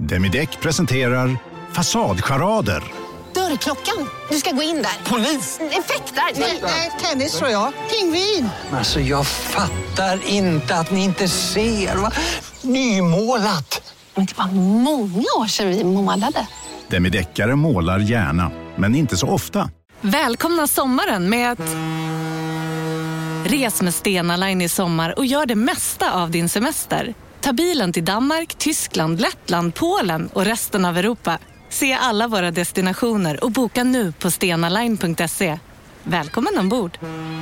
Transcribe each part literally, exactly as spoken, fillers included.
Demideck presenterar Fasadcharader. Dörrklockan. Du ska gå in där. Polis? Effektar? Nej, nej, tennis tror jag. Pingvin. Alltså jag fattar inte att ni inte ser. Va? Nymålat. Men det var många år sedan vi målade. Demideckare målar gärna, men inte så ofta. Välkomna sommaren med att... Res med Stena Line i sommar och gör det mesta av din semester. Ta bilen till Danmark, Tyskland, Lettland, Polen och resten av Europa. Se alla våra destinationer och boka nu på stenaline punkt se. Välkommen ombord.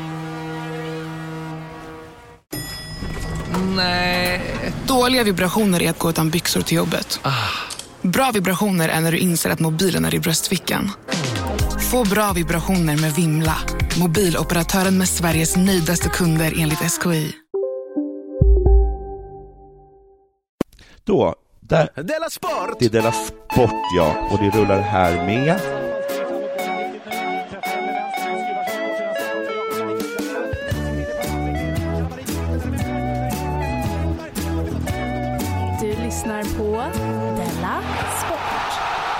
Nej. Dåliga vibrationer är att gå utan byxor till jobbet. Ah. Bra vibrationer är när du inser att mobilen är i bröstfickan. Få bra vibrationer med Vimla. Mobiloperatören med Sveriges nöjdaste kunder enligt S K I. Då, där... Della Sport! Det är Della Sport, ja. Och det rullar här med... Du lyssnar på Della Sport.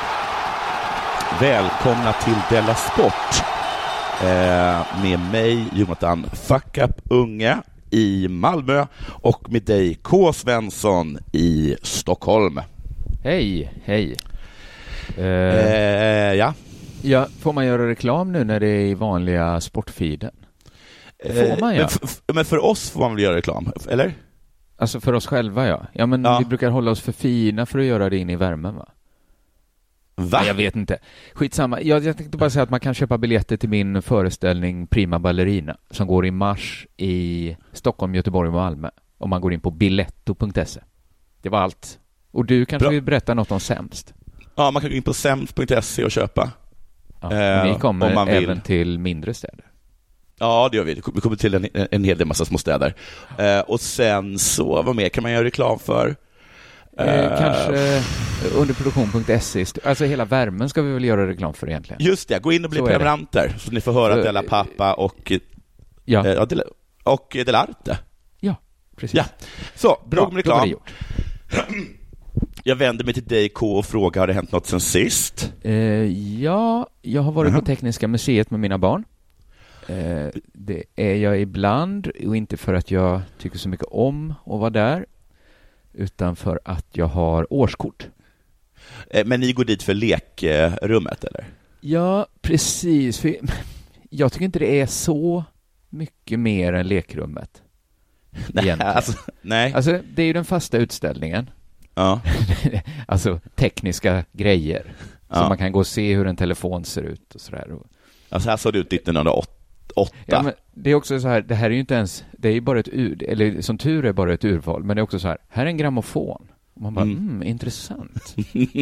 Välkomna till Della Sport. Eh, med mig, Jonathan Fuck Up Unge i Malmö och med dig, K. Svensson i Stockholm. Hej, hej. Uh, eh, ja. ja. Får man göra reklam nu när det är i vanliga sportfeeden? Får man, ja. Men, f- men för oss får man väl göra reklam, eller? Alltså för oss själva, ja. Ja, men ja. Vi brukar hålla oss för fina för att göra det in i värmen, va? Va? Nej, jag vet inte. Skitsamma. Jag, jag tänkte bara säga att man kan köpa biljetter till min föreställning Prima Ballerina som går i mars i Stockholm, Göteborg och Malmö. Om man går in på biletto punkt se. Det var allt. Och du kanske Bra. vill berätta något om sämst? Ja, man kan gå in på sämst punkt se och köpa. Ja, eh, ni kommer om man vill. även till mindre städer. Ja, det gör vi. Vi kommer till en, en hel del massa små städer. Eh, och sen så, vad mer kan man göra reklam för? Eh, kanske underproduktion punkt se. Alltså hela värmen ska vi väl göra reklam för egentligen. Just det, gå in och bli prenumeranter så ni får höra så, Della Pappa och ja. eh, Del, och Delarte. Ja, precis. Ja. Så, bra med reklam. Gjort. Jag vänder mig till dig, K, och frågar, har det hänt något sen sist? Eh, ja, jag har varit uh-huh. på Tekniska museet med mina barn. Eh, det är jag ibland, och inte för att jag tycker så mycket om att vara där, utan för att jag har årskort. Men ni går dit för lekrummet, eller? Ja, precis. För jag tycker inte det är så mycket mer än lekrummet. Nej, alltså, nej. Alltså, det är ju den fasta utställningen. Ja. Alltså tekniska grejer. Ja. Så man kan gå och se hur en telefon ser ut och sådär. Alltså här såg det ut nittonhundraåtta. Ja, men det är också så här, det här är ju inte ens, det är ju bara ett ur, eller som tur är bara ett urval, men det är också så här, här är en grammofon. Och man bara, mm, mm intressant.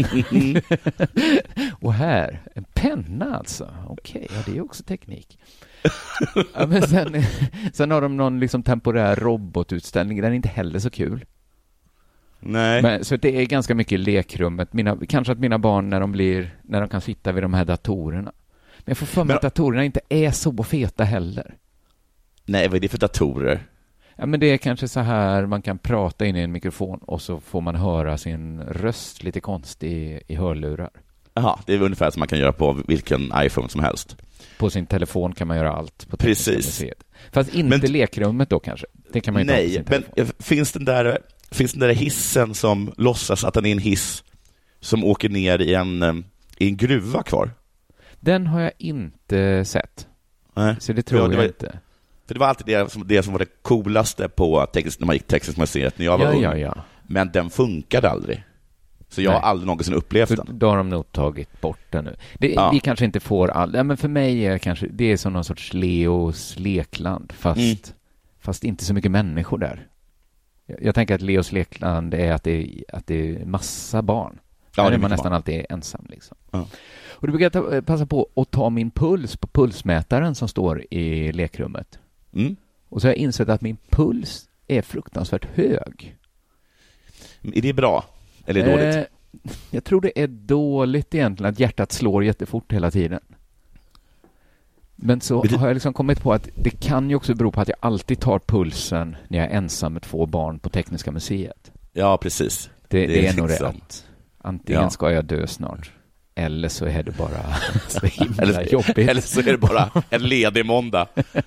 Och här, en penna alltså. Okej, okay, ja det är också teknik. Ja, men sen, sen har de någon liksom temporär robotutställning, den är inte heller så kul. Nej. Men, så det är ganska mycket lekrummet. Mina, kanske att mina barn när de blir, när de kan sitta vid de här datorerna. Men jag får för mig att datorerna inte är så feta heller. Nej, vad är det för datorer? Ja, men det är kanske så här, man kan prata in i en mikrofon och så får man höra sin röst lite konstig i, i hörlurar. Jaha, det är ungefär som man kan göra på vilken iPhone som helst. På sin telefon kan man göra allt på Tekniska Precis. museet. Fast inte men, lekrummet då kanske. Det kan man inte nej, men finns den där finns den där hissen som låtsas att den är en hiss som åker ner i en, i en gruva kvar? Den har jag inte sett. Nej. Så det tror ja, det var, jag inte. För det var alltid det som, det som var det coolaste på text, när man gick Tekniska museet när jag var ja, ung. Ja, ja. Men den funkade aldrig. Så jag Nej. har aldrig någonsin upplevt för den. Då har de nog tagit bort den nu. Det, ja. Vi kanske inte får all... Ja, men för mig är kanske det är som någon sorts Leos lekland. Fast, mm. fast inte så mycket människor där. Jag, jag tänker att Leos lekland är att det är, att det är massa barn. Ja, där är man nästan barn. Alltid ensam. Liksom. Ja. Och då brukar jag ta, passa på att ta min puls på pulsmätaren som står i lekrummet. Mm. Och så har jag insett att min puls är fruktansvärt hög. Är det bra? Eller är det dåligt? Eh, jag tror det är dåligt egentligen att hjärtat slår jättefort hela tiden. Men så har jag liksom kommit på att det kan ju också bero på att jag alltid tar pulsen när jag är ensam med två barn på Tekniska museet. Ja, precis. Det, det, det är nog liksom, rätt. Antingen Ja. ska jag dö snart, eller så är det bara så himla Eller, jobbigt. eller så är det bara en ledig måndag.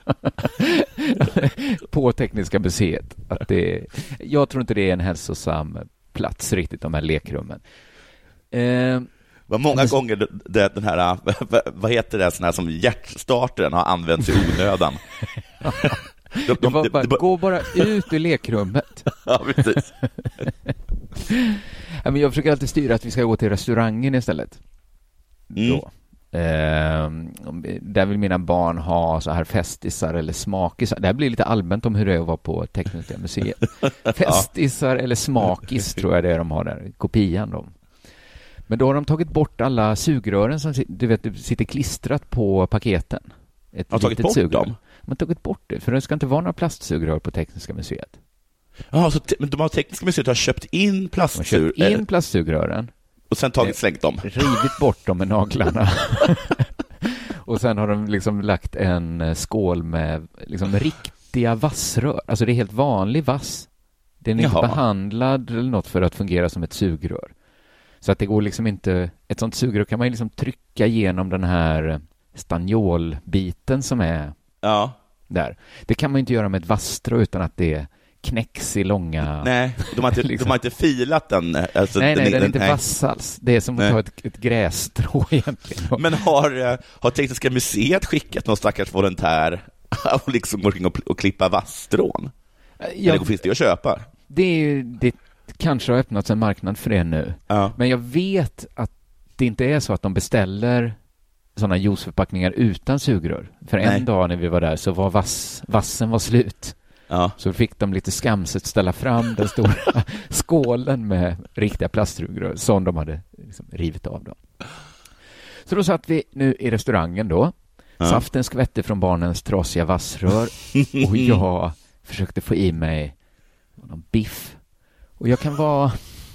På Tekniska museet. Att det, jag tror inte det är en hälsosam plats riktigt, de här lekrummen. Eh, Vad många gånger det, den här, vad heter det, sån här som hjärtstartaren har använts i onödan. de, de, de, bara, de, de, gå bara ut ur lekrummet. Ja, precis. Ja, men jag försöker alltid styra att vi ska gå till restaurangen istället. Mm. Då. Eh, där vill mina barn ha så här festisar eller smakisar. Det här blir lite allmänt om hur det är att vara på Tekniska museet. Festisar eller smakis tror jag det är de har där. Kopian då. Men då har de tagit bort alla sugrören som du vet, sitter klistrat på paketen. Ett har tagit bort sugrör. dem? De har tagit bort det, för det ska inte vara några plastsugrör på Tekniska museet. Ja, så te- men de har Tekniska museet har köpt in De har plastsugrör köpt in plastsugrören. och sen tagit slängt dem. Rivit bort dem med naglarna. Och sen har de liksom lagt en skål med liksom riktiga vassrör. Alltså det är helt vanlig vass. Den är Jaha. inte behandlad eller något för att fungera som ett sugrör. Så att det går liksom inte... Ett sånt sugrör kan man ju liksom trycka igenom den här stanniolbiten som är Ja. där. Det kan man ju inte göra med ett vasstrå utan att det knäcks i långa... Nej, de har inte, liksom. de har inte filat den. Alltså, nej, nej, den är inte nej. vass alls. Det är som Nej. att ta ett, ett grässtrå egentligen. Men har, eh, har Tekniska museet skickat någon stackars volontär och liksom går omkring och, och klippa vasstrån? Ja, Eller finns det att köpa? det, är ju, det kanske har öppnats en marknad för det nu. Ja. Men jag vet att det inte är så att de beställer sådana juiceförpackningar utan sugrör. För en Nej. dag när vi var där så var vass, vassen var slut. Ja. Så fick de lite skamset ställa fram den stora skålen med riktiga plastsugrör som de hade liksom rivit av dem. Så då satt vi nu i restaurangen då. Ja. Saften skvätte från barnens trasiga vassrör och jag försökte få i mig någon biff. Och jag kan vara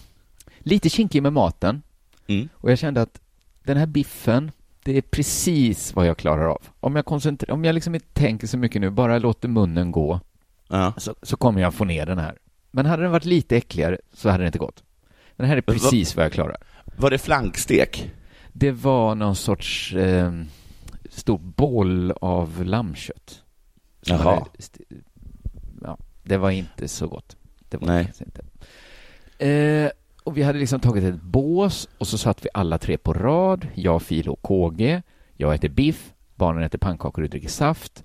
lite kinkig med maten. Mm. Och jag kände att den här biffen, det är precis vad jag klarar av. Om jag koncentrerar, om jag liksom inte tänker så mycket nu, bara låter munnen gå, Ja. så, så kommer jag få ner den här. Men hade den varit lite äckligare så hade det inte gått. Men det här är precis vad jag klarar. Var det flankstek? Det var någon sorts eh, stor boll av lammkött. Som Jaha. hade st- ja, det var inte så gott. Det var Nej. det inte. Eh, och vi hade liksom tagit ett bås och så satt vi alla tre på rad. Jag, Filo och K G. Jag äter biff. Barnen äter pannkakor och dricker saft.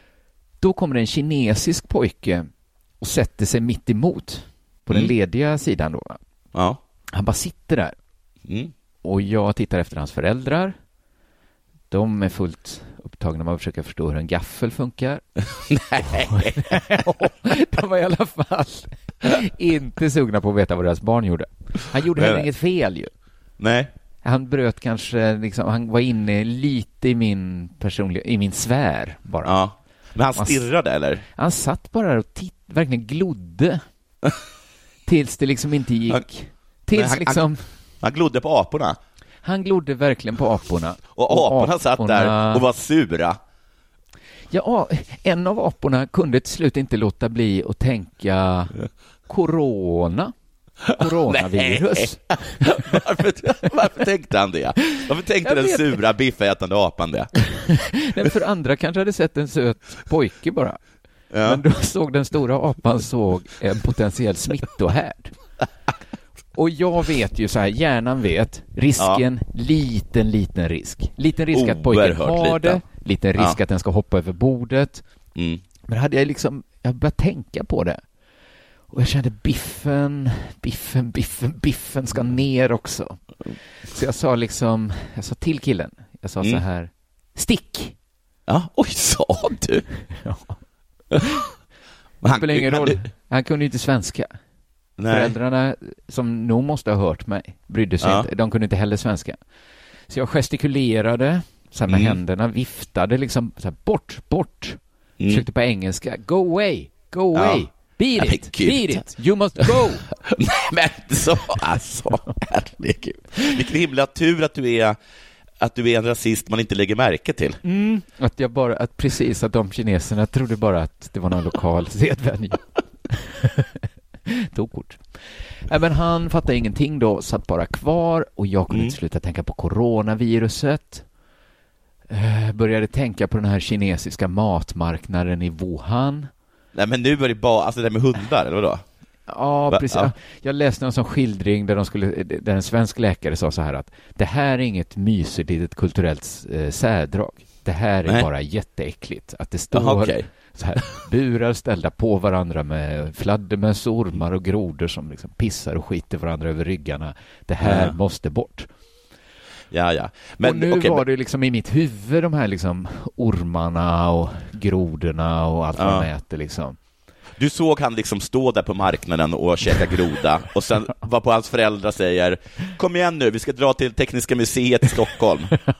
Då kommer en kinesisk pojke och sätter sig mitt emot på Mm. den lediga sidan då. Ja. Han bara sitter där. Mm. Och jag tittar efter hans föräldrar. De är fullt upptagna med att försöka förstå hur en gaffel funkar. Nej. De var i alla fall inte sugna på att veta vad deras barn gjorde. Han gjorde heller Nej. inget fel ju. Nej. Han bröt kanske, liksom, han var inne lite i min personliga, i min sfär bara. Ja. Men han Man- stirrade eller? Han satt bara där och titt, verkligen glodde. Tills det liksom inte gick. Han- Tills Nej, han- liksom, Han glodde på aporna. han glodde verkligen på aporna. Och aporna satt där och var sura. Ja, en av aporna kunde till slut inte låta bli att tänka corona. Coronavirus. varför, varför tänkte han det? Varför tänkte Jag den vet. sura biffätande apan det? Nej, för andra kanske hade sett en söt pojke bara. Ja. Men då såg den stora apan såg en potentiell smittohärd. Och jag vet ju så här, hjärnan vet, risken, liten, liten risk. Liten risk att pojken Oerhört har liten. det, liten risk Ja. att den ska hoppa över bordet. Mm. Men hade jag liksom, jag började tänka på det. Och jag kände biffen, biffen, biffen, biffen ska ner också. Så jag sa liksom, jag sa till killen, jag sa Mm. så här, stick! Ja, oj, sa du? Ja. Men Det spelar ingen men roll. du- Han kunde ju inte svenska. Nej. Föräldrarna, som nog måste ha hört mig, brydde sig Ja. inte. De kunde inte heller svenska. Så jag gestikulerade så här med Mm. händerna, viftade liksom så här, bort, bort. Mm. Försökte på engelska, go away, go away. Ja. Beat Nej, it, men gud. beat it, you must go. Nej, men så, alltså, herregud. Vilken himla tur att du är att du är en rasist man inte lägger märke till. Mm. Att jag bara, att precis att de kineserna trodde bara att det var någon lokal sedvänja. Tog kort. Äh, men han fattade ingenting då, satt bara kvar och jag kunde Mm. inte sluta tänka på coronaviruset. Uh, började tänka på den här kinesiska matmarknaden i Wuhan. Nej, men nu var det bara, alltså det där med hundar, eller vadå? Ja, Va? precis. Ja. Jag läste någon sån skildring där, de skulle, där en svensk läkare sa så här att det här är inget mysigt litet kulturellt eh, särdrag. Det här är Nej. bara jätteäckligt. Att det står Aha, okej. så här burar ställda på varandra med fladdermöss, ormar och grodor som liksom pissar och skiter varandra över ryggarna. Det här Ja. måste bort. Ja, ja. Men, och nu okej, var men, det liksom i mitt huvud de här liksom ormarna och grodorna och allt vad Ja. de äter liksom. du såg han liksom stå där på marknaden och käka groda och sen var på hans föräldrar säger kom igen nu, vi ska dra till Tekniska museet i Stockholm.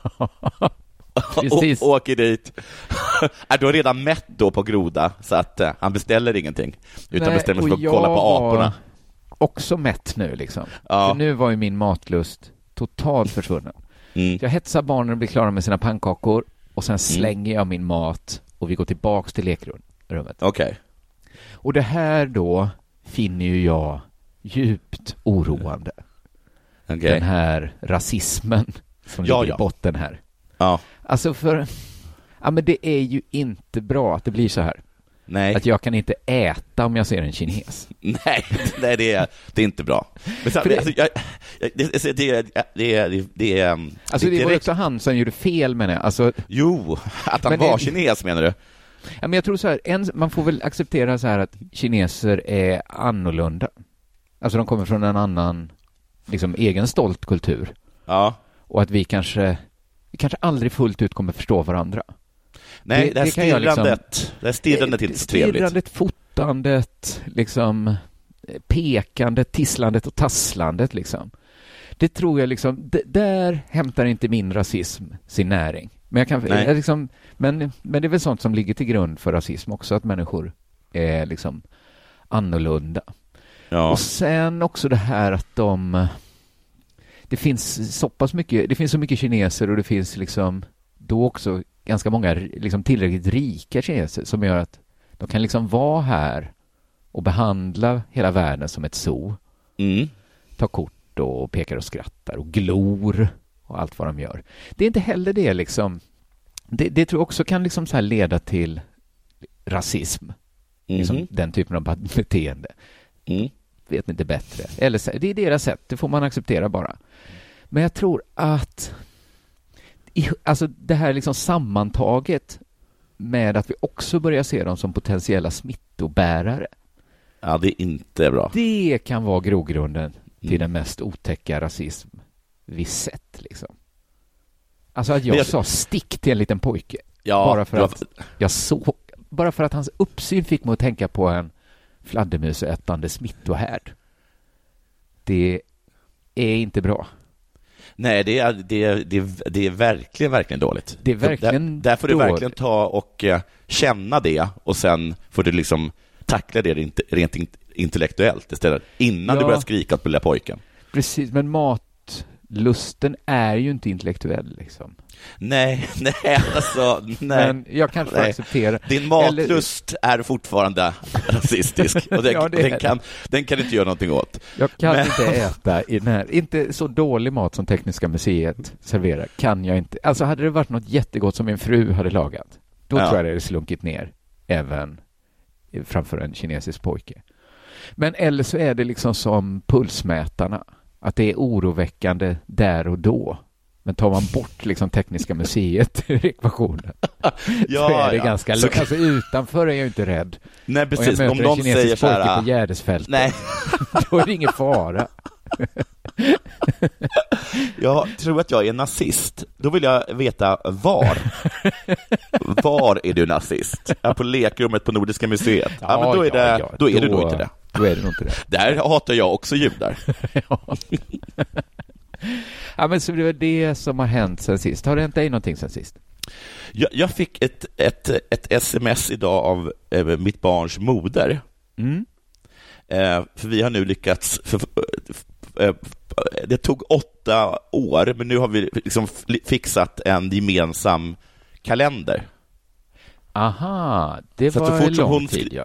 Precis. och åker dit. Är då redan mätt då på groda så att uh, han beställer ingenting utan Nej, bestämmer sig och för att kolla på jag aporna. var också mätt nu liksom. Ja. För nu var ju min matlust totalt försvunnen. Mm. Jag hetsar barnen att bli klara med sina pannkakor och sen slänger jag min mat och vi går tillbaks till lekrummet. Okej. Och det här då finner ju jag djupt oroande. Okay. Den här rasismen som Ja, ligger ja. i botten här. Ja. Alltså för ja, men det är ju inte bra att det blir så här. Nej. Att jag kan inte äta om jag ser en kines. Nej, nej det, är, det är inte bra. Men så, det- alltså, jag, jag, det, det, det, det, det, det är... Alltså det, det var är också han som gjorde fel med det. Alltså, Jo, att han Men var det- kines menar du? ja, men jag tror så här, en, man får väl acceptera så här att kineser är annorlunda. Alltså de kommer från en annan liksom egen stolt kultur. Ja. Och att vi kanske vi kanske aldrig fullt ut kommer förstå varandra. Nej, Det- det, här det kan jag liksom- stirrandet, det här stirrandet är inte så trevligt. Stirrandet, fotandet, liksom eh, pekandet, tisslandet och tasslandet liksom. Det tror jag liksom, d- där hämtar inte min rasism sin näring. Men, jag kan, Nej. jag liksom, men, men det är väl sånt som ligger till grund för rasism också, att människor är liksom annorlunda. Ja. Och sen också det här att de... Det finns så pass mycket, det finns så mycket kineser och det finns liksom då också ganska många liksom tillräckligt rika kineser som gör att de kan liksom vara här och behandla hela världen som ett zoo. Mm. Ta kort och pekar och skrattar och glor och allt vad de gör. Det är inte heller det liksom. Det, det tror jag också kan liksom så här leda till rasism. Mhm. Liksom den typen av beteende. Mm. Vet inte bättre. Eller så, det är deras sätt, det får man acceptera bara. Men jag tror att i, alltså det här liksom sammantaget med att vi också börjar se dem som potentiella smittobärare. Ja, det är inte bra. Det kan vara grogrunden till den mest otäcka rasism vi sett liksom. Alltså att jag, jag... sa stick till en liten pojke. Ja, bara för var... att jag såg, bara för att hans uppsyn fick mig att tänka på en fladdermusätande smittohärd. Det är inte bra. Nej, det är, det, är, det, är, det är verkligen, verkligen dåligt. Det är verkligen där, där får du dåligt. verkligen ta och uh, känna det och sen får du liksom tackla det rent, rent intellektuellt istället innan Ja. du börjar skrika på lilla pojken. Precis, men matlusten är ju inte intellektuell liksom. Nej, nej, alltså, nej. Men jag kanske får Nej. acceptera. Din matlust Eller... är fortfarande rasistisk och den, Ja, det är den, kan, den kan du inte göra någonting åt. Jag kan Men... inte äta i den här, inte så dålig mat som Tekniska museet serverar, kan jag inte. Alltså hade det varit något jättegott som min fru hade lagat, då Ja. tror jag det hade slunkit ner även framför en kinesisk pojke. Men eller så är det liksom som pulsmätarna, att det är oroväckande där och då. Men tar man bort liksom Tekniska museet ur ekvationen Ja, så är det ja. ganska Så... alltså utanför är jag inte rädd. Nej, precis. Och jag Om möter någon en kinesisk säger så pojke här, på Gärdesfältet, nej. då är det ingen fara. Jag tror att jag är nazist. Då vill jag veta var. Var är du nazist? Ja, på lekrummet på Nordiska museet. Ja, ja men då är, det, ja, ja. då är då, det nog inte det. Då är det nog inte det. Där hatar jag också judar. Ja. Ja, men så det var det som har hänt sen sist. Har det hänt dig någonting sen sist? Jag, jag fick ett, ett, ett sms idag av eh, mitt barns moder. Mm. Eh, för vi har nu lyckats... För, för, eh, det tog åtta år, men nu har vi liksom fixat en gemensam kalender. Aha, det så var så fort lång hon tid, ja.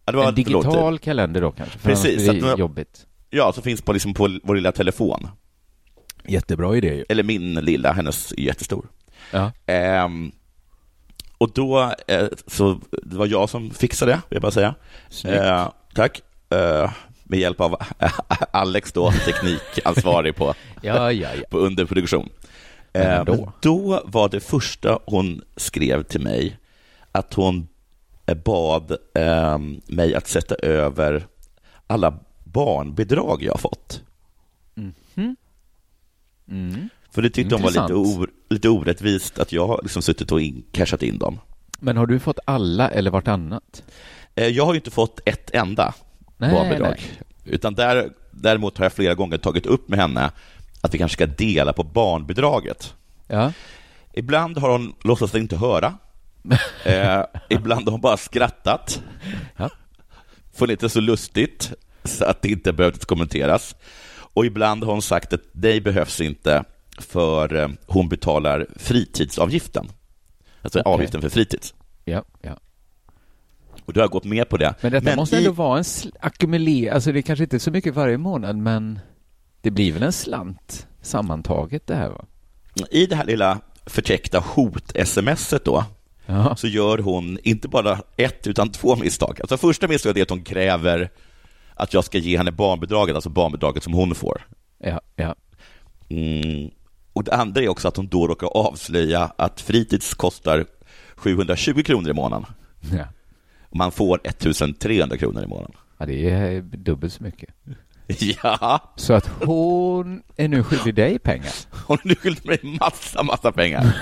Ja, det var en digital förlåt. kalender då kanske. Precis. Det är att, jobbigt. Ja, så finns på, liksom på vår lilla telefon. Jättebra idé ju. Eller min lilla, hennes är jättestor. Ja. Ehm, och då, eh, så det var jag som fixade det, vill jag bara säga. Eh, tack. Eh, med hjälp av Alex då, teknikansvarig på, ja, ja, ja. på underproduktion. Eh, då. då var det första hon skrev till mig att hon bad eh, mig att sätta över alla barnbidrag jag har fått. Mm. Mm. För det tyckte Intressant. de var lite, or, lite orättvist att jag har liksom suttit och in, cashat in dem. Men har du fått alla eller vartannat? Eh, jag har ju inte fått ett enda nej, barnbidrag. Nej. Utan där, däremot har jag flera gånger tagit upp med henne att vi kanske ska dela på barnbidraget. Ja. Ibland har hon låtsats inte höra. eh, ibland har hon bara skrattat. Ja. Får lite så lustigt så att det inte behövt kommenteras. Och ibland har hon sagt att det behövs inte för eh, hon betalar fritidsavgiften. Alltså okay. avgiften för fritids. Ja, ja. Och du har gått med på det. Men detta men måste i... ändå vara en sl- ackumulering. Alltså det är kanske inte är så mycket varje månad, men det blir väl en slant sammantaget det här, va? I det här lilla förtäckta hot-smset då, ja. Så gör hon inte bara ett utan två misstag. Alltså första misstaget är att hon kräver att jag ska ge henne barnbidraget, alltså barnbidraget som hon får. Ja, ja. Mm. Och det andra är också att hon då råkar avslöja att fritids kostar sjuhundratjugo kronor i månaden. Ja. Man får ettusentrehundra kronor i månaden. Ja, det är dubbelt så mycket. Ja. Så att hon är nu skyldig dig pengar. Hon är nu skyldig mig massa, massa pengar.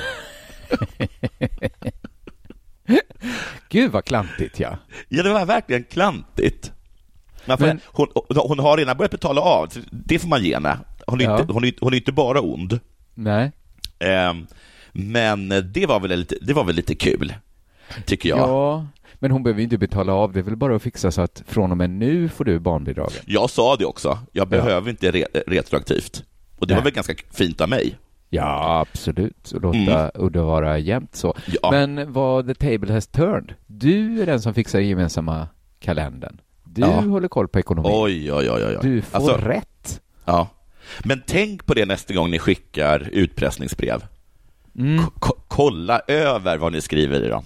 Gud vad klantigt, ja. Ja, det var verkligen klantigt. Men, Men hon, hon har redan börjat betala av. Det får man ge henne. Hon är, ja. inte, hon är, hon är inte bara ond. Nej. Eh, men det var väl lite, det var väl lite kul, tycker jag. Ja, men hon behöver inte betala av. Det är väl bara att fixa så att från och med nu får du barnbidragen. Jag sa det också. Jag ja. behöver inte re- retroaktivt. Och det Nej. var väl ganska fint av mig. Ja, absolut. Och låta mm. Udda vara jämnt så. Ja. Men vad the table has turned. Du är den som fixar gemensamma kalendern. Du ja. håller koll på ekonomin. Oj, oj, oj, oj. Du får alltså, rätt. Ja. Men tänk på det nästa gång ni skickar utpressningsbrev. Mm. K- kolla över vad ni skriver i dem.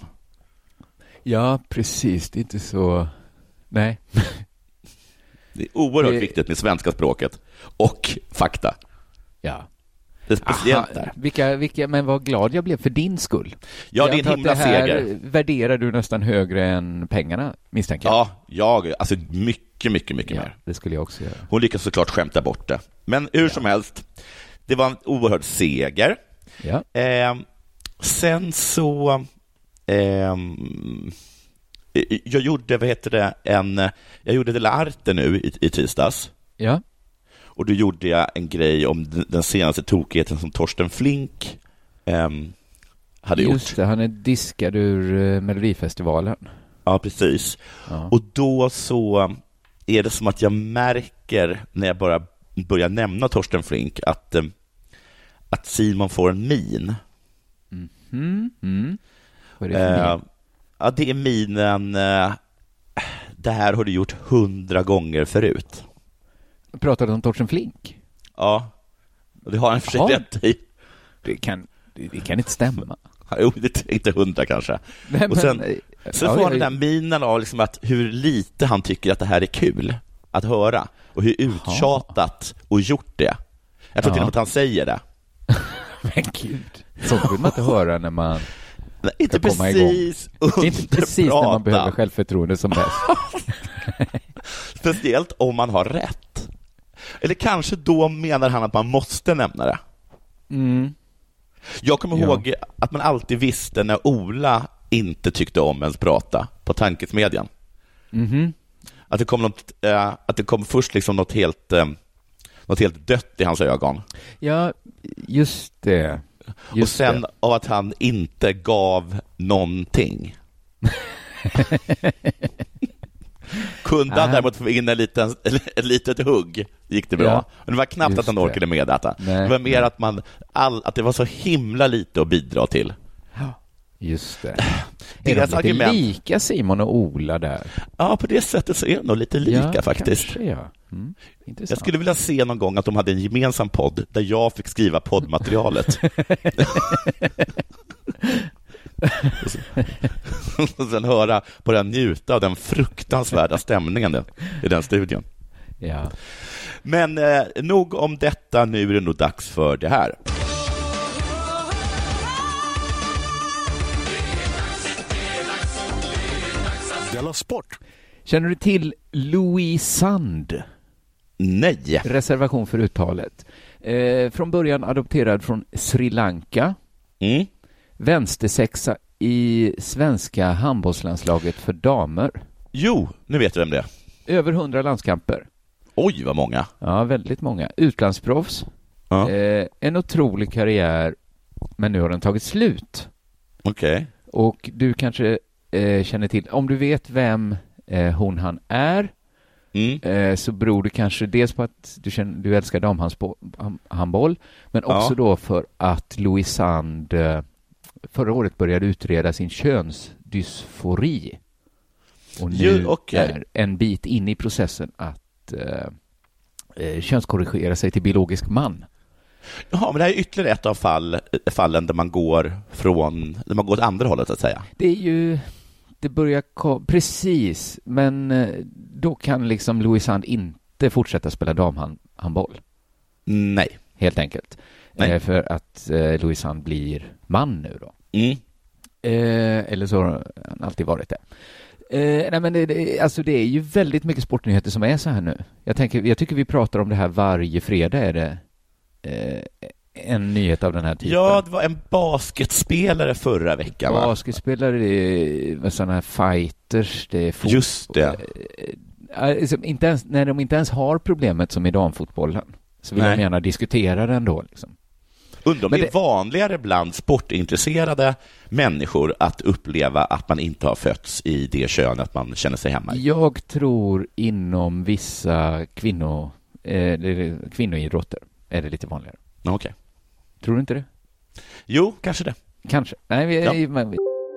Ja, precis. Det är inte så... Nej. Det är oerhört det... viktigt med svenska språket och fakta. Ja. Det är speciellt Aha, där. Vilka, vilka, men vad glad jag blev för din skull. Ja, det är en himla seger. Värderar du nästan högre än pengarna, misstänker jag. Ja, jag, alltså mycket, mycket, mycket ja, mer. Det skulle jag också göra. Hon lyckas såklart skämta bort det. Men hur ja. som helst, det var en oerhörd seger. Ja. Eh, sen så... Eh, jag gjorde, vad heter det, en... Jag gjorde Della Arte nu i, i tisdags. Ja. Och då gjorde jag en grej om den senaste tokigheten som Torsten Flink eh, hade Just gjort. Just det, han är diskad ur uh, Melodifestivalen. Ja, precis. Ja. Och då så är det som att jag märker när jag bara börjar nämna Torsten Flink att, eh, att Simon får en min. Mm. Mm. Vad är det för eh, min? Ja, det är minen eh, det här har du gjort hundra gånger förut. Pratade du om Torsten Flink? Ja, och det har han för sig rätt i. Det kan, det, det kan inte stämma. Jo, det är inte hundra kanske. Nej, och sen, men, sen ja, får han jag... den där minen av liksom att hur lite han tycker att det här är kul att höra. Och hur uttjatat och gjort det. Jag tror ja. till och med att han säger det. Men gud, så vill man inte höra när man Nej, inte precis Inte precis när man behöver självförtroende som bäst. Speciellt om man har rätt. Eller kanske då menar han att man måste nämna det. Mm. Jag kommer ja. ihåg att man alltid visste när Ola inte tyckte om ens prata på Tankesmedjan. Mm-hmm. Att det kom något, äh, att det kom först liksom något helt äh, något helt dött i hans ögon. Ja, just det. Just och sen det. av att han inte gav någonting. Kunde han däremot få in en liten, ett litet hugg, gick det bra. Ja, men det var knappt att han orkade det. med detta. Nej, det var mer nej. att man all, att det var så himla lite att bidra till. Ja, Just det. Deras är de lite argument... lika Simon och Ola där? Ja, på det sättet så är de nog lite lika ja, faktiskt. Kanske, ja. Mm, jag skulle vilja se någon gång att de hade en gemensam podd där jag fick skriva poddmaterialet. Och sen höra på den, njuta av den fruktansvärda stämningen i den studion. Ja. Men eh, nog om detta, nu är det nog dags för det här. Della Sport. Känner du till Louis Sand? Nej. Reservation för uttalet. Eh, från början adopterad från Sri Lanka. Mm. Vänstersexa i svenska handbollslandslaget för damer. Jo, nu vet du vem det är. Över hundra landskamper. Oj, vad många. Ja, väldigt många. Utlandsproffs. Ja. Eh, en otrolig karriär, men nu har den tagit slut. Okej. Okay. Och du kanske eh, känner till, om du vet vem eh, hon han är, mm. eh, så beror det kanske dels på att du, känner, du älskar damhandboll, men också ja. då för att Louis Sand eh, förra året började utreda sin könsdysfori. Och nu jo, okay. är en bit in i processen att eh, eh, könskorrigera sig till biologisk man. Ja, men det här är ytterligare ett av fall, fallen där man går från, där man går åt andra hållet så att säga. Det är ju, det börjar kom, precis, men eh, då kan liksom Louis Sand inte fortsätta spela damhandboll. Nej. Helt enkelt. Nej. Eh, för att eh, Louis Sand blir man nu då. Mm. Eh, eller så har han alltid varit det. Eh, nej men det, det, alltså det är ju väldigt mycket sportnyheter som är så här nu. Jag, tänker, jag tycker vi pratar om det här varje fredag. Är det eh, en nyhet av den här typen? Ja, det var en basketspelare förra veckan. Basketspelare, det är sådana här fighters, det är fotboll. Just det. Eh, alltså, inte ens, när de inte ens har problemet som i damfotbollen, så vill nej. de gärna diskutera det ändå. Liksom. Undrar om det är det... vanligare bland sportintresserade människor att uppleva att man inte har fötts i det kön att man känner sig hemma i. Jag tror inom vissa kvinno, eh, kvinnoidrotter är det lite vanligare. Okej. Okay. Tror du inte det? Jo, kanske det. Kanske. Nej, vi, ja. men...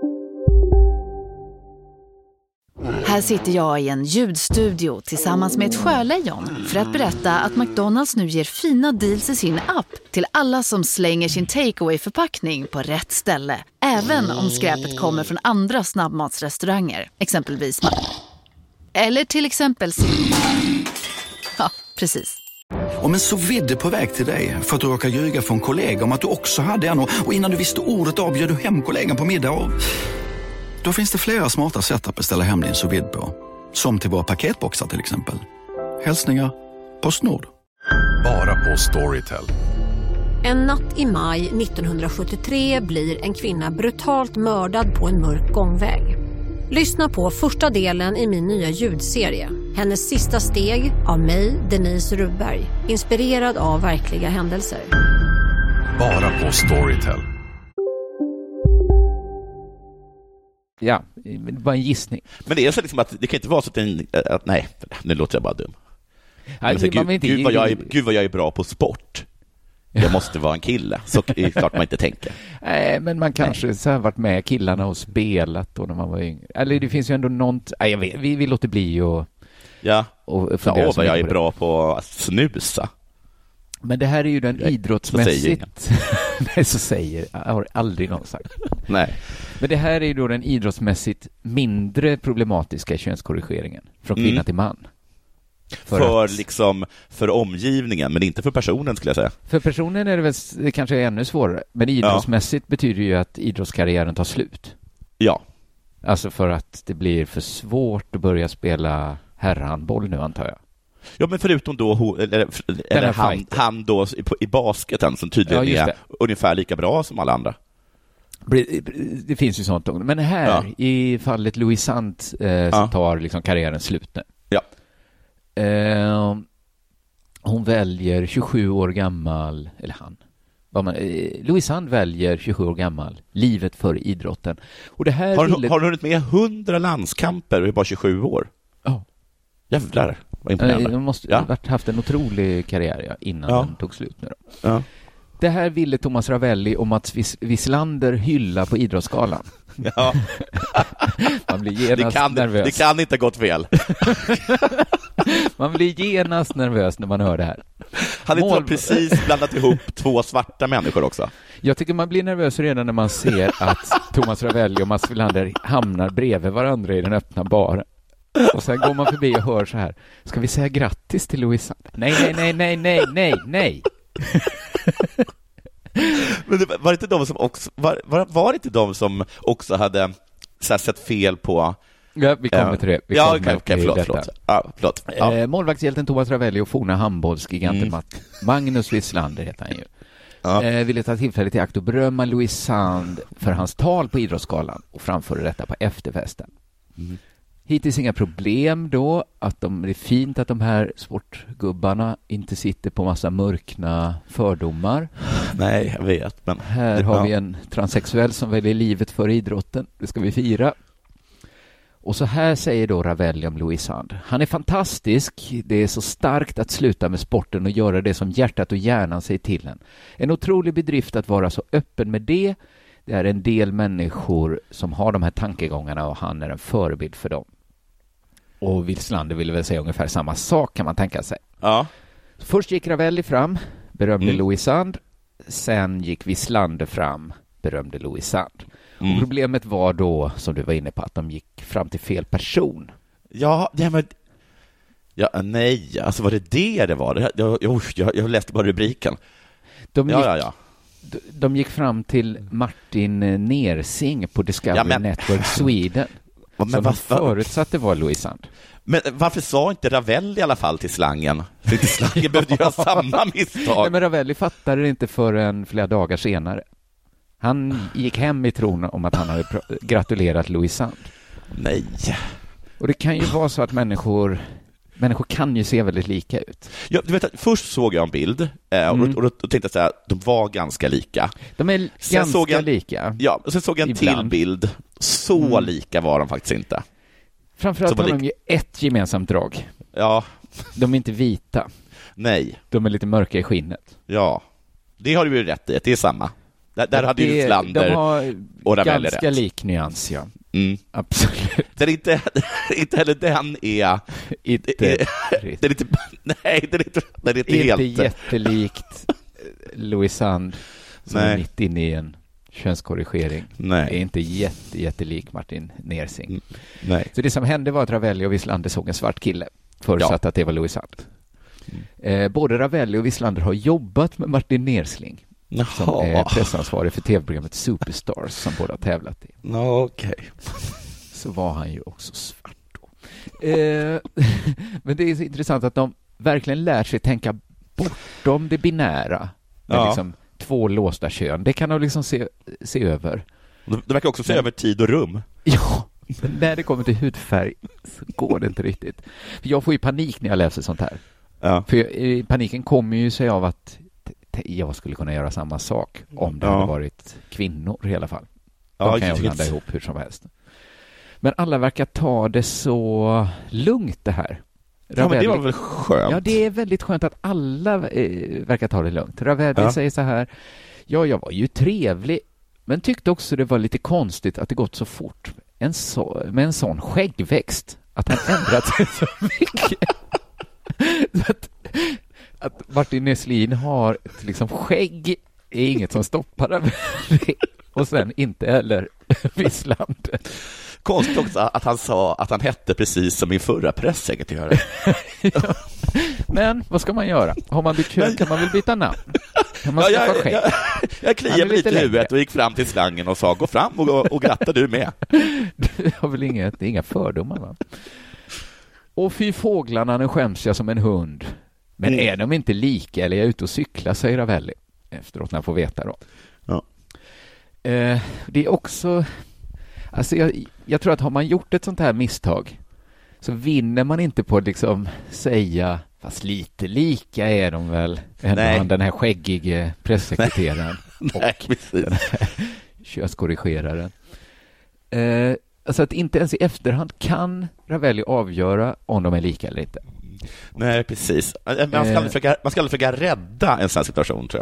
Här sitter jag i en ljudstudio tillsammans med ett sjölejon för att berätta att McDonalds nu ger fina deals i sin app till alla som slänger sin takeaway-förpackning på rätt ställe. Även om skräpet kommer från andra snabbmatsrestauranger, exempelvis. Eller till exempel... Ja, precis. Om en så vidde på väg till dig för att du råkar ljuga för en kollega om att du också hade en, och innan du visste ordet av bjöd du hem kollegan på middag och... Då finns det flera smarta sätt att beställa hem din sous vide på. Som till våra paketboxar till exempel. Hälsningar Postnord. Bara på Storytel. En natt i maj nittonhundrasjuttiotre blir en kvinna brutalt mördad på en mörk gångväg. Lyssna på första delen i min nya ljudserie. Hennes sista steg av mig, Denise Rubberg. Inspirerad av verkliga händelser. Bara på Storytel. Ja, det var en gissning. Men det är så liksom att det kan inte vara så att, en, att nej, nu låter jag bara dum. Nej, så, gud, inte, gud, vad jag är, gud vad jag är bra på sport. Jag måste vara en kille. Så är det klart man inte tänker. Nej, men man kanske så har varit med killarna och spelat då när man var yngre. Eller det finns ju ändå något... Nej, jag vet, vi, vi låter bli och... Ja, och ja vad jag är bra på att snusa. Men det här är ju den jag, idrottsmässigt... Så Nej, så säger jag. har aldrig någon sagt. Nej. Men det här är ju då den idrottsmässigt mindre problematiska könskorrigeringen. Från kvinna mm. till man. För, för att... liksom för omgivningen, men inte för personen skulle jag säga. För personen är det väl det kanske är ännu svårare. Men idrottsmässigt ja. betyder ju att idrottskarriären tar slut. Ja. Alltså för att det blir för svårt att börja spela herrhandboll nu, antar jag. Ja, men förutom då eller, eller han, han då i, i basketen som tydligen ja, är ungefär lika bra som alla andra. Det finns ju sånt. Men här ja. i fallet Louis Sand eh, så ja. tar liksom karriären slut nu. Ja. Eh, hon väljer tjugosju år gammal, eller han. Man, eh, Louis Sand väljer tjugosju år gammal, livet för idrotten. Och det här har, ville... har du hunnit med hundra landskamper och är bara tjugosju år? Ja. Oh. Jävlar. Vad imponerande. De måste ja. ha haft en otrolig karriär ja, innan ja. den tog slut nu då. Ja. Det här ville Thomas Ravelli och Mats Vis- Wislander hylla på Idrottsgalan. Ja. Man blir genast det kan, nervös. Det kan inte ha gått fel. Man blir genast nervös när man hör det här. Han har inte precis blandat ihop två svarta människor också. Jag tycker man blir nervös redan när man ser att Thomas Ravelli och Mats Wislander hamnar bredvid varandra i den öppna baren. Och sen går man förbi och hör så här: ska vi säga grattis till Louise? Nej, nej, nej, nej, nej, nej, nej. Men det, var det inte de som också var, var, var det inte de som också hade så här, sett fel på? Ja, vi kommer till det. Vi ja, kommer okej, okay, förlåt, förlåt. Ja, förlåt. Ja. Eh, målvaktshjälten Thomas Ravelli och forna handbollsgiganten mm. Magnus Wislander heter han ju. Ja. Eh, ville ta tillfället i akt och berömma Louise Sand för hans tal på Idrottsgalan och framföra detta på efterfesten. Mm. Hittills inga problem då, att de, det är fint att de här sportgubbarna inte sitter på massa mörkna fördomar. Nej, jag vet. Men här har ja. vi en transsexuell som väljer livet för idrotten. Det ska vi fira. Och så här säger då Ravelli om Louise Sand. Han är fantastisk. Det är så starkt att sluta med sporten och göra det som hjärtat och hjärnan säger till en. En otrolig bedrift att vara så öppen med det. Det är en del människor som har de här tankegångarna och han är en förebild för dem. Och Wislander ville väl säga ungefär samma sak, kan man tänka sig. Ja. Först gick Ravelli fram, berömde mm. Louise Sand. Sen gick Wislander fram, berömde Louise Sand. Mm. Och problemet var då, som du var inne på, att de gick fram till fel person. Ja, ja men... Ja, nej, alltså var det det det var? Jag, jag, jag, jag läste bara rubriken. De ja, gick, ja, ja. De, de gick fram till Martin Nersing på Discovery ja, men... Network Sweden. Men som varför... förutsatte var Louise Sand. Men varför sa inte Ravelli i alla fall till slangen? För inte slangen behövde göra samma misstag. Nej, men Ravelli fattade det inte förrän flera dagar senare. Han gick hem i tron om att han hade pr- gratulerat Louise Sand. Nej. Och det kan ju vara så att människor... Människor kan ju se väldigt lika ut. Ja, du vet att först såg jag en bild eh, och, mm. och, och, och tänkte så här, de var ganska lika. De är sen ganska såg jag, lika. Ja, och sen såg jag en Ibland. till bild. Så mm. lika var de faktiskt inte. Framförallt har de ju ett gemensamt drag. Ja. De är inte vita. Nej. De är lite mörka i skinnet. Ja, det har du ju rätt i. Det är samma. Där, där hade ju Wislander och Ravelli rätt. Ganska lik nyans, ja. Mm. Absolut. Den inte, inte heller den är... Inte är, den är inte, nej, den är inte, den är inte, inte helt... Inte jättelikt Louise Sand som nej. är mitt inne i en könskorrigering. Nej. Det är inte jätte, jättelik Martin Nersing. Mm. Nej. Så det som hände var att Ravelli och Wislander såg en svart kille. Förutsatt ja. att det var Louise Sand. Mm. Eh, både Ravelli och Wislander har jobbat med Martin Nersling. Jaha. Som är pressansvarig för tv-programmet Superstars som båda har tävlat i. Okej. Okay. Så var han ju också svart då. Eh, men det är så intressant att de verkligen lär sig tänka bortom det binära. Med ja. liksom två låsta kön. Det kan de liksom se, se över. De, de verkar också se men, över tid och rum. Ja, men när det kommer till hudfärg så går det inte riktigt. För jag får ju panik när jag läser sånt här. Ja. För jag, paniken kommer ju sig av att jag skulle kunna göra samma sak om det ja. hade varit kvinnor i alla fall. De ja, kan jag blanda ihop hur som helst. Men alla verkar ta det så lugnt det här. Ravelli, ja, men det var väl skönt? Ja, det är väldigt skönt att alla eh, verkar ta det lugnt. Ravelli ja. säger så här: ja, jag var ju trevlig, men tyckte också det var lite konstigt att det gått så fort en så, med en sån skäggväxt att han ändrat sig så mycket. Så att, att Martin Neslin har ett liksom skägg är inget som stoppar Ravelli. Och sen inte heller Wislander. Konstigt också att han sa att han hette precis som min förra pressekreterare. Ja. Men vad ska man göra? Har man bytt kön kan man väl byta namn? Man ja, jag, jag, jag, jag kliade mig lite i huvudet och gick fram till slangen och sa gå fram och, och, och gratta du med. Du har väl inga, det är inga fördomar, va? Och fy fåglarna, nu skäms jag som en hund. Men mm. är de inte lika eller är jag ute och cykla, säger Ravelli efteråt när han får veta då. Ja. Eh, det är också... Alltså jag, jag tror att har man gjort ett sånt här misstag så vinner man inte på att liksom säga fast lite lika är de väl ändå den här skäggige pressekreteraren och Nej, den här könskorrigeraren. Eh, alltså att inte ens i efterhand kan Ravelli avgöra om de är lika eller inte. Nej, precis. Man ska aldrig försöka, man ska aldrig försöka rädda en sån situation, tror jag.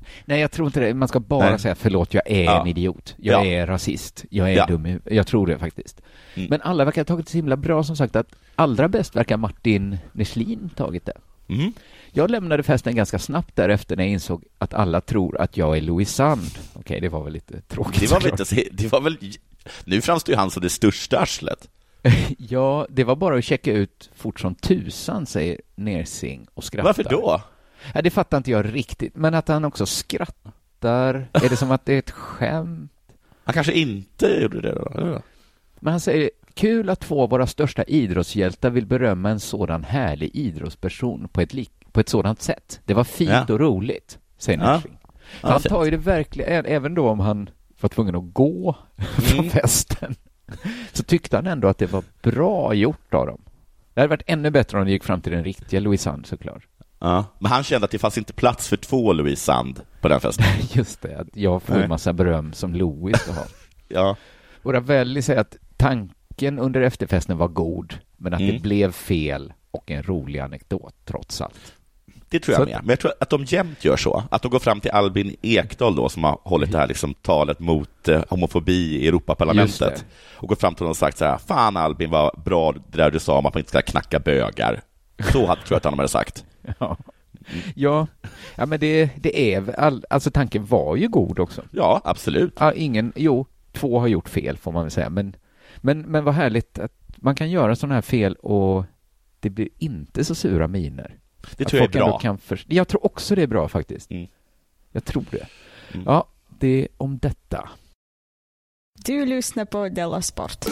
Nej, jag tror inte det. Man ska bara Nej. säga förlåt, jag är ja. en idiot. Jag ja. är rasist. Jag är ja. dum. Jag tror det faktiskt. Mm. Men alla verkar ha tagit det så himla bra, som sagt, att allra bäst verkar Martin Neslin tagit det. Mm. Jag lämnade festen ganska snabbt därefter när jag insåg att alla tror att jag är Louis Sand. Okej, det var väl lite tråkigt. Det var väl, inte, det var väl nu framstår ju han som det största arslet. Ja, det var bara att checka ut fort som tusan, säger Nersing och skrattar. Varför då? Ja, det fattar inte jag riktigt. Men att han också skrattar, är det som att det är ett skämt? Han kanske inte gjorde det då. Men han säger, kul att två av våra största idrottshjältar vill berömma en sådan härlig idrottsperson på ett, lik- på ett sådant sätt. Det var fint ja. och roligt, säger Nersing. Ja. Ja, han tar ju det verkligen, även då om han var tvungen att gå mm. från festen, så tyckte han ändå att det var bra gjort av dem. Det hade varit ännu bättre om de gick fram till den riktiga Louis Sand, såklart. Ja, men han kände att det fanns inte plats för två Louis Sand på den festen. Just det, att jag får en massa beröm som Louis ska ha. Ja. Och Ravelli säger att tanken under efterfesten var god, men att mm. det blev fel och en rolig anekdot trots allt. Det tror jag så med. Men jag tror att de jämt gör så. Att de går fram till Albin Ekdal då, som har hållit det här liksom talet mot eh, homofobi i Europaparlamentet. Och går fram till honom och sagt så här: fan Albin, var bra det där du sa om att man inte ska knacka bögar. Så hade, tror jag att han hade sagt. Ja, ja. ja men det, det är all, alltså tanken var ju god också. Ja, absolut. Ja, ingen, jo, två har gjort fel får man väl säga. Men, men, men vad härligt att man kan göra sådana här fel och det blir inte så sura miner. Det tror jag är bra. Kan för... Jag tror också det är bra faktiskt. Mm. Jag tror det. Mm. Ja, det är om detta. Du lyssnar på Della Sport.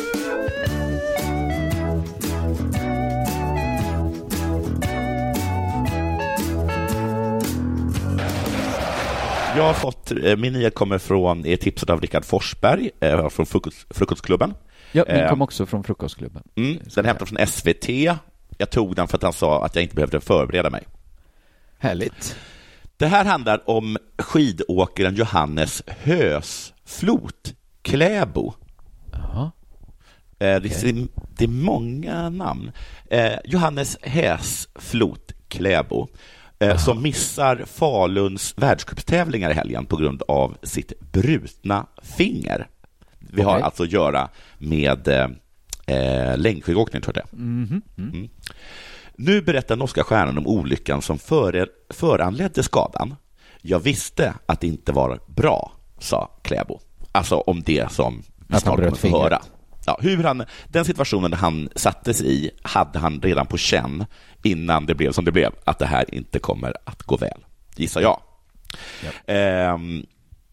Jag har fått, min nyhet kommer från, är tipset av Rickard Forsberg eh, från frukost, Frukostklubben. Ja, min kom också från Frukostklubben. Mm, den hämtade från S V T. Jag tog den för att han sa att jag inte behövde förbereda mig. Härligt. Det här handlar om skidåkaren Johannes Hösflot Kläbo. Jaha. Eh, okay. det, är, det är många namn. Eh, Johannes Hösflot Kläbo. Eh, som missar Faluns världscuptävlingar i helgen på grund av sitt brutna finger. Vi har okay. alltså att göra med eh, längdskidåkning, tror jag det. Mm-hmm. Mm. Mm. Nu berättar norska stjärnan om olyckan som före, föranledde skadan. Jag visste att det inte var bra, sa Kläbo. Alltså om det som vi snart kommer få höra. Ja, hur han, den situationen han sattes i hade han redan på känn innan det blev som det blev, att det här inte kommer att gå väl, gissar jag. Ja. Ehm,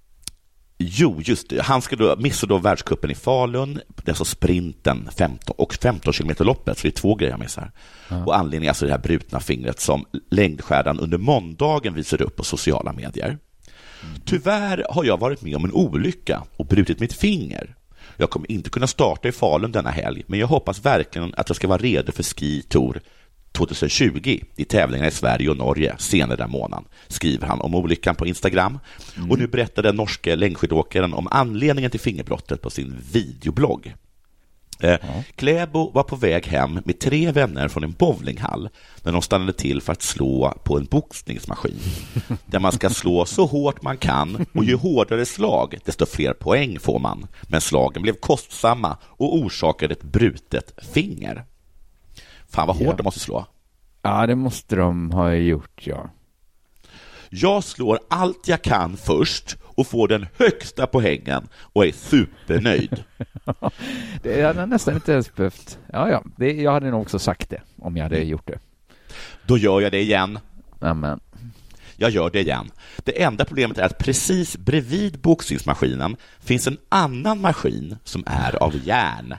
jo, just det. Han ska då missa då världscupen i Falun, det är så sprinten femton och femton kilometer loppet, så det är två grejer jag missar. Ja. Och anledningen är alltså det här brutna fingret som längdskärdan under måndagen visade upp på sociala medier. Mm. Tyvärr har jag varit med om en olycka och brutit mitt finger. Jag kommer inte kunna starta i Falun denna helg, men jag hoppas verkligen att jag ska vara redo för Ski Tour tjugohundratjugo i tävlingar i Sverige och Norge senare den månaden, skriver han om olyckan på Instagram. Mm. Och nu berättar den norske längdskidåkaren om anledningen till fingerbrottet på sin videoblogg. Eh, mm. Kläbo var på väg hem med tre vänner från en bowlinghall när de stannade till för att slå på en boxningsmaskin där man ska slå så hårt man kan, och ju hårdare slag desto fler poäng får man. Men slagen blev kostsamma och orsakade ett brutet finger. Fan vad hårt ja. de måste slå. Ja, det måste de ha gjort, ja. Jag slår allt jag kan först och får den högsta poängen och är supernöjd. Det hade jag nästan inte ens behövt. Ja, ja. Det, jag hade nog också sagt det om jag hade gjort det. Då gör jag det igen. Amen. Jag gör det igen. Det enda problemet är att precis bredvid boxningsmaskinen finns en annan maskin som är av järn.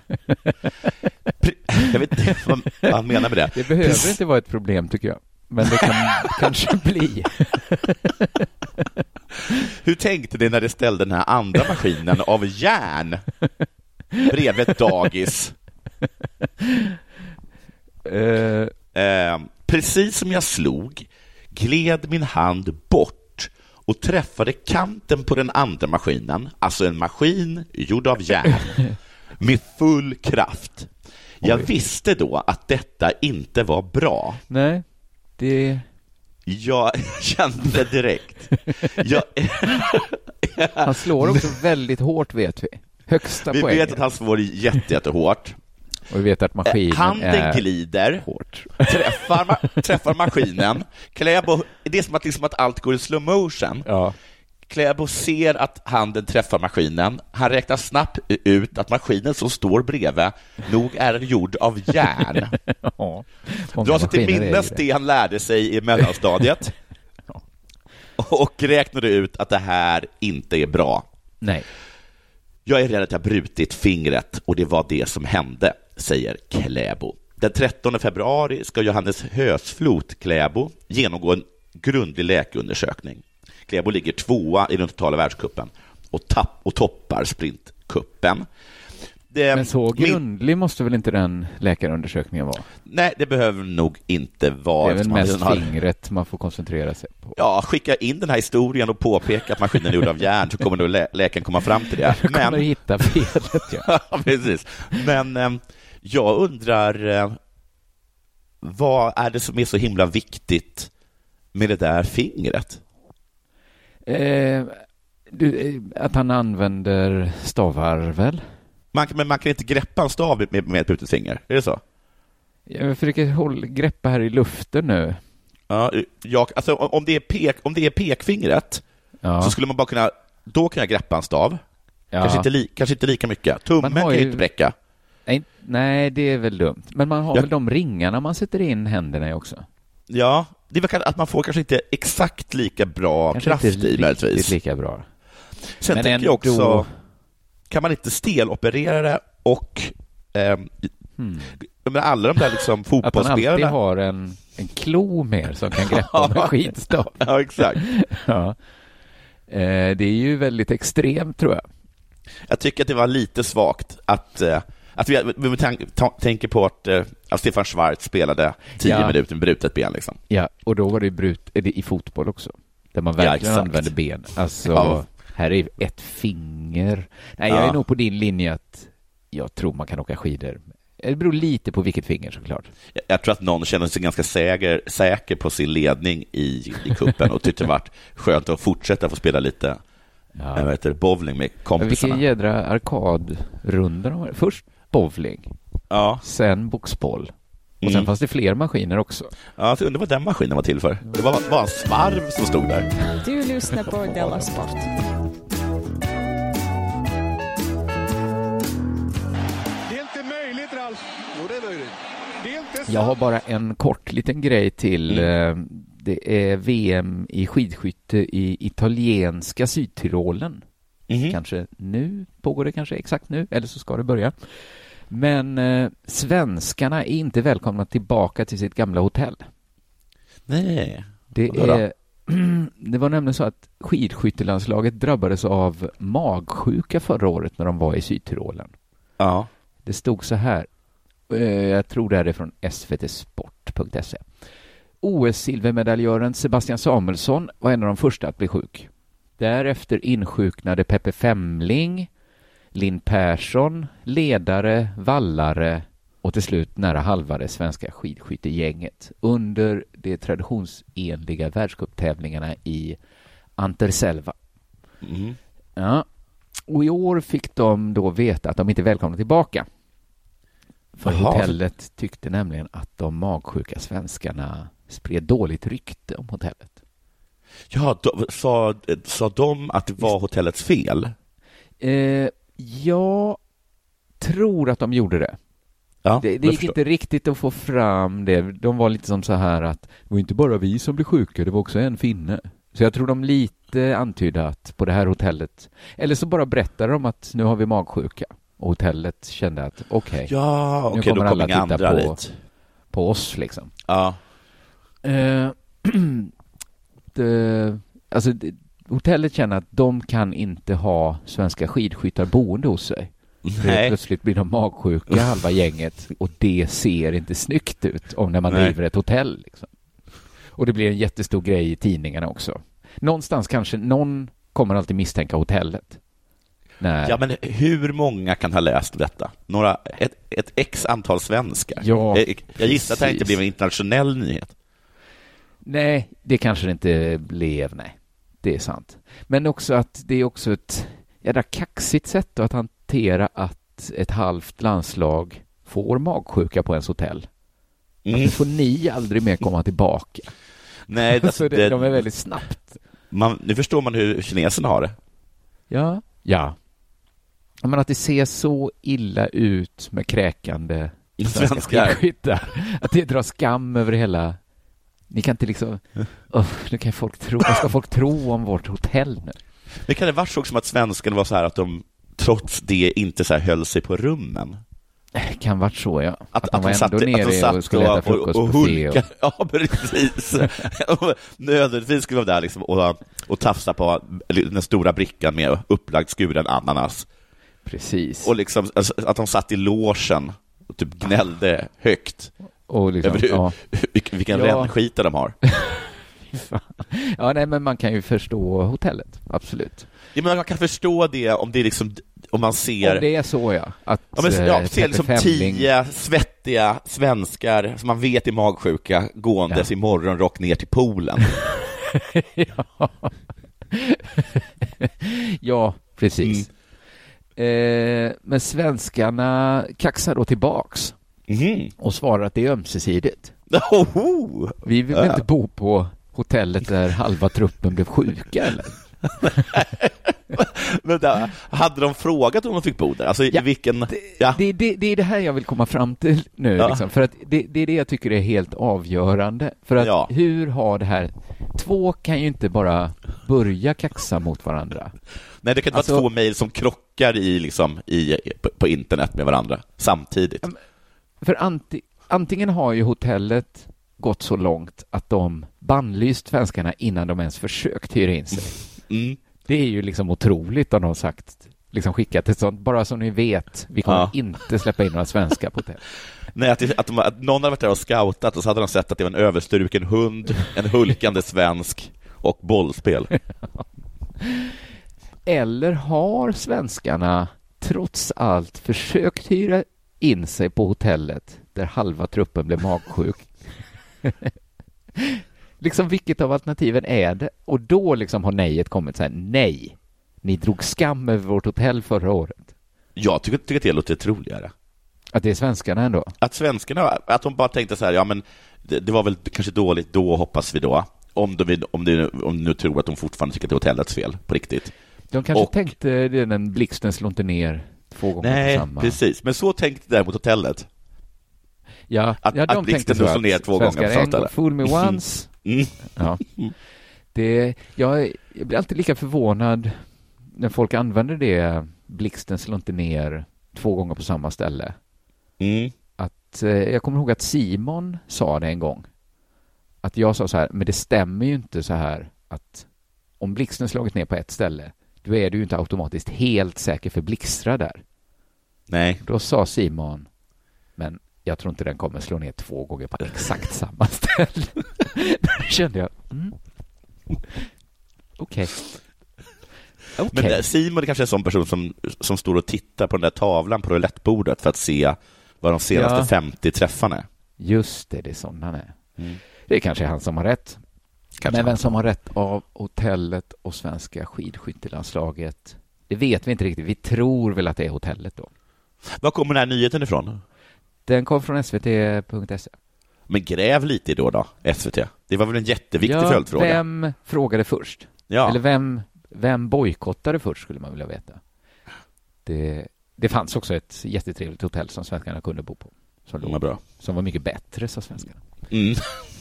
Jag vet inte vad han menar med det. Det behöver precis. inte vara ett problem, tycker jag. Men det kan kanske bli. Hur tänkte ni när det ställde den här andra maskinen av järn bredvid ett dagis? Uh. Eh, precis som jag slog gled min hand bort och träffade kanten på den andra maskinen, alltså en maskin gjord av järn, med full kraft. Jag Oj. visste då att detta inte var bra. Nej, det... Jag kände det direkt. Jag... Han slår också väldigt hårt, vet vi. Högsta vi poängen. Vi vet att han slår jätte, jättehårt. Och vi vet att maskinen Handen är glider, hårt. Träffar, ma- träffar maskinen. Kläbo, det är som att, liksom att allt går i slow motion. Ja. Kläbo ser att handen träffar maskinen. Han räknar snabbt ut att maskinen som står bredvid nog är gjord av järn. Ja, drar sig till minnes det. det han lärde sig i mellanstadiet. Ja. Och räknade ut att det här inte är bra. Nej. Jag är rädd att jag brutit fingret och det var det som hände, säger Kläbo. Den trettonde februari ska Johannes Hösflot Kläbo genomgå en grundlig läkeundersökning. Kläbo ligger tvåa i den totala världscupen och, tapp, och toppar sprintkuppen. Det, Men så grundlig min... måste väl inte den läkarundersökningen vara? Nej, det behöver nog inte vara. Det är väl mest har... fingret man får koncentrera sig på. Ja, skicka in den här historien och påpeka att maskinen är gjord av järn, så kommer då lä- läkaren komma fram till det. Du kommer Men... hitta felet, ja. Ja, precis. Men eh, jag undrar eh, vad är det som är så himla viktigt med det där fingret? Eh, du, att han använder stavarvel. Man, men man kan inte greppa en stav med, med ett brutet finger, är det så? Jag försöker hålla, greppa här i luften nu. Ja, jag, alltså, om, det är pek, om det är pekfingret ja. så skulle man bara kunna, då kan jag greppa en stav. Ja. Kanske, inte li, kanske inte lika mycket. Tummen kan ju inte bräcka. Nej, nej, det är väl dumt. Men man har ja. väl de ringarna man sätter in händerna i också. Ja, det är att man får kanske inte exakt lika bra kanske kraft inte i möjligtvis. lika bra. Sen Men tänker jag också, då... kan man inte steloperera det och eh, hmm. men alla de där liksom fotbollsspelarna. Att man alltid har en, en klo mer som kan greppa med skitstav. Ja, exakt. Ja. Eh, det är ju väldigt extremt, tror jag. Jag tycker att det var lite svagt att, eh, att vi, vi tänk, ta, tänker på att, eh, att Stefan Schwarz spelade tio ja. minuter med brutet ben. Liksom. Ja, och då var det, brut, är det i fotboll också. Där man verkligen ja, använder ben. Alltså, ja. här är ett finger. Nej, jag är ja. nog på din linje att jag tror man kan åka skidor. Det beror lite på vilket finger, såklart. Jag, jag tror att någon känner sig ganska säker, säker på sin ledning i, i kuppen och tyckte det var skönt att fortsätta få spela lite ja. jag vet, bowling med kompisarna. Vilken jädra arkadrunda de har. Först bowling, ja. sen boxboll. Och mm. sen fanns det fler maskiner också. Ja, så undrar vad den maskinen var till för. Det var bara en svarv som stod där. Du lyssnar på Della Sport. Jag har bara en kort liten grej till. Mm. Det är V M i skidskytte i italienska Sydtyrolen. Mm. Kanske nu, pågår det kanske exakt nu, eller så ska det börja. Men eh, svenskarna är inte välkomna tillbaka till sitt gamla hotell. Nej. Det, är, det var nämligen så att skidskyttelandslaget drabbades av magsjuka förra året när de var i Sydtyrolen. Ja. Det stod så här. Jag tror det är från s v t sport punkt se. O S-silvermedaljören Sebastian Samuelsson var en av de första att bli sjuk. Därefter insjuknade Peppe Femling, Linn Persson, ledare, vallare och till slut nära halva det svenska skidskyttegänget under de traditionsenliga världscuptävlingarna i Anterselva. Mm. Ja. Och i år fick de då veta att de inte är välkomna tillbaka. För Aha. hotellet tyckte nämligen att de magsjuka svenskarna spred dåligt rykte om hotellet. Ja, då, sa, sa de att det var hotellets fel? Eh, jag tror att de gjorde det. Ja, det det gick inte riktigt att få fram det. De var lite som så här att det var inte bara vi som blev sjuka, det var också en finne. Så jag tror de lite antydde att på det här hotellet, eller så bara berättade de att nu har vi magsjuka. Och hotellet kände att okej, okay, ja, nu okay, kommer alla titta andra på, dit. på oss liksom. Ja. Eh, det, alltså det, hotellet känner att de kan inte ha svenska skidskyttar boende hos sig. Nej. Plötsligt blir de magsjuka halva gänget och det ser inte snyggt ut om när man Nej. driver ett hotell liksom. Och det blir en jättestor grej i tidningarna också. Någonstans kanske någon kommer alltid misstänka hotellet. Nej. Ja, men hur många kan ha läst detta? Några, ett, ett x antal svenskar. Ja, jag, jag gissar att det inte blev en internationell nyhet. Nej, det kanske det inte blev, nej. Det är sant. Men också att det är också ett jävla kaxigt sätt att hantera att ett halvt landslag får magsjuka på ens hotell. Mm. Alltså, får ni aldrig mer komma tillbaka? Nej, alltså, det, det, de är väldigt snabbt. Man, nu förstår man hur kineserna har det. Ja, ja. Men att det ser så illa ut med kräkande svenska skyttar. Att det drar skam över hela... Ni kan inte liksom... Oh, nu kan folk tro... Vad ska folk tro om vårt hotell nu? Men kan det vara så som att svenskarna var så här att de trots det inte så här höll sig på rummen? Det kan vara så, ja. Att, att de att var de ändå satt, nere att de satt och skulle äta frukost och, och, och hulka. Och... Ja, precis. Nödvändigtvis skulle vara där liksom och, och tafsa på den stora brickan med upplagd skuren ananas. Precis. Och liksom att de satt i logen och typ gnällde högt. Och liksom, över hur, ja. vilken ja. rännskita de har. Ja, nej, men man kan ju förstå hotellet, absolut. Ja, men man kan förstå det om det är liksom, om man ser... Om det är så, ja. Att, ja, men, ja, ser liksom tio svettiga svenskar som man vet är magsjuka gåendes ja. i morgonrock ner till poolen. ja. ja, precis. Mm. Eh, men svenskarna kaxar då tillbaks mm. och svarar att det är ömsesidigt. Oh, Vi vill ja. inte bo på hotellet där halva truppen blev sjuka, eller? Men där, hade de frågat om de fick bo där? Alltså, ja, vilken, det, ja. det, det, det är det här jag vill komma fram till nu. Ja. Liksom, för att det, det är det jag tycker är helt avgörande. För att ja. hur har det här... Två kan ju inte bara börja kaxa mot varandra. Nej, det kan inte alltså, vara två mejl som krockar i, liksom, i, på, på internet med varandra samtidigt. För anti, antingen har ju hotellet gått så långt att de bannlyst svenskarna innan de ens försökt hyra in sig. Mm. Det är ju liksom otroligt om de har sagt, liksom skickat ett sånt, bara så ni vet, vi kommer ja. inte släppa in några svenskar på hotell. Nej, att, att, de, att någon hade varit där och scoutat och så hade de sett att det var en överstruken hund, en hulkande svensk och bollspel. Eller har svenskarna trots allt försökt hyra in sig på hotellet där halva truppen blev magsjuk? Liksom vilket av alternativen är det? Och då liksom har nejet kommit så här: nej, ni drog skam över vårt hotell förra året. Jag tycker, tycker att det låter troligare. Att det är svenskarna ändå? Att svenskarna, att de bara tänkte så här, ja men det, det var väl kanske dåligt då, hoppas vi då. Om de, om de, om de nu tror att de fortfarande tycker att det är hotellets fel, på riktigt. De kanske och, tänkte det, den blixten slår inte ner två gånger nej, på samma. Nej, precis. Men så tänkte däremot hotellet. Ja, att, ja de att blixten slår ner två gånger på samma ställe. Fool me once. Mm. Ja. Det, jag, jag blir alltid lika förvånad när folk använder det, blixten slår inte ner två gånger på samma ställe. Mm. Att, eh, jag kommer ihåg att Simon sa det en gång. Att jag sa så här, men det stämmer ju inte så här att om blixten slagit ner på ett ställe, då är du ju inte automatiskt helt säker för blixtra där. Nej. Då sa Simon, men jag tror inte den kommer slå ner två gånger på exakt samma ställe. Då kände jag, mm. okej. Okay. Okay. Men Simon är kanske en sån person som, som står och tittar på den där tavlan på roulettebordet för att se vad de senaste ja. femtio träffarna är. Just det, det är sån han är. Mm. Det är kanske han som har rätt. Kanske men vem som har rätt av hotellet och svenska skidskyttelandslaget, det vet vi inte riktigt. Vi tror väl att det är hotellet då. Var kommer den här nyheten ifrån? Den kom från S V T punkt se. Men gräv lite då då, S V T. Det var väl en jätteviktig ja, följdfråga. Vem frågade först? Ja. Eller vem, vem bojkottade först, skulle man vilja veta. Det, det fanns också ett jättetrevligt hotell som svenskarna kunde bo på. Som, låg, bra. som var mycket bättre, sa svenskarna. Mm.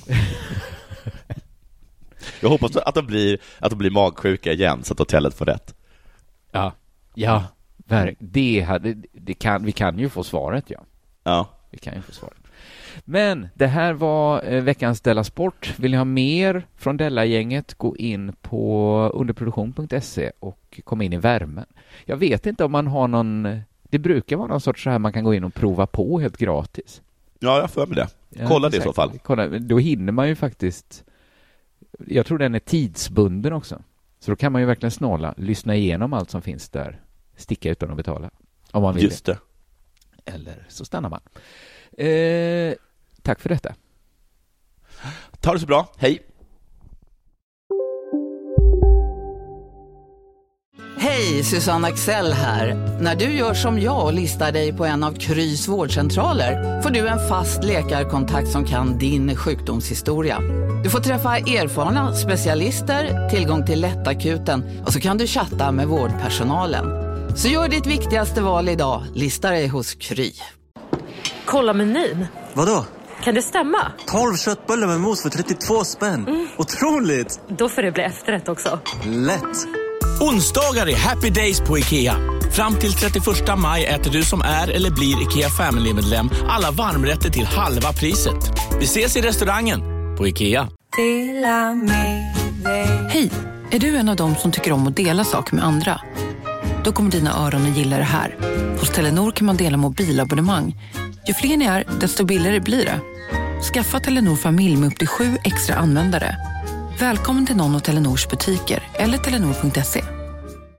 Jag hoppas att de blir, att de blir magsjuka igen så att hotellet får rätt. Ja, ja. Det hade, det kan, vi kan ju få svaret, ja. Ja. Vi kan ju få svaret. Men det här var eh, veckans Della Sport. Vill ni ha mer från Della-gänget, gå in på underproduktion punkt se och kom in i värmen. Jag vet inte om man har någon... Det brukar vara någon sorts så här man kan gå in och prova på helt gratis. Ja, jag får med det. Kolla ja, det i så fall. Kolla, då hinner man ju faktiskt... Jag tror den är tidsbunden också. Så då kan man ju verkligen snåla, lyssna igenom allt som finns där. Sticka utan att betala. Om man vill. Just det. Eller så stannar man. Eh, tack för detta. Ta det så bra. Hej. Hej, Susanne Axel här. När du gör som jag och listar dig på en av Krys vårdcentraler får du en fast läkarkontakt som kan din sjukdomshistoria. Du får träffa erfarna specialister, tillgång till lättakuten och så kan du chatta med vårdpersonalen. Så gör ditt viktigaste val idag, lista dig hos Kry. Kolla menyn. Vadå? Kan det stämma? tolv köttbullar med mos för trettiotvå spänn. Mm. Otroligt! Då får det bli efterrätt också. Lätt! Onsdagar är happy days på IKEA. Fram till trettioförsta maj äter du som är eller blir IKEA Family-medlem alla varmrätter till halva priset. Vi ses i restaurangen på IKEA. Hej, är du en av dem som tycker om att dela saker med andra? Då kommer dina öron att gilla det här. Hos Telenor kan man dela mobilabonnemang. Ju fler ni är, desto billigare blir det. Skaffa Telenor familj med upp till sju extra användare. Välkommen till någon av Telenors butiker eller telenor punkt se.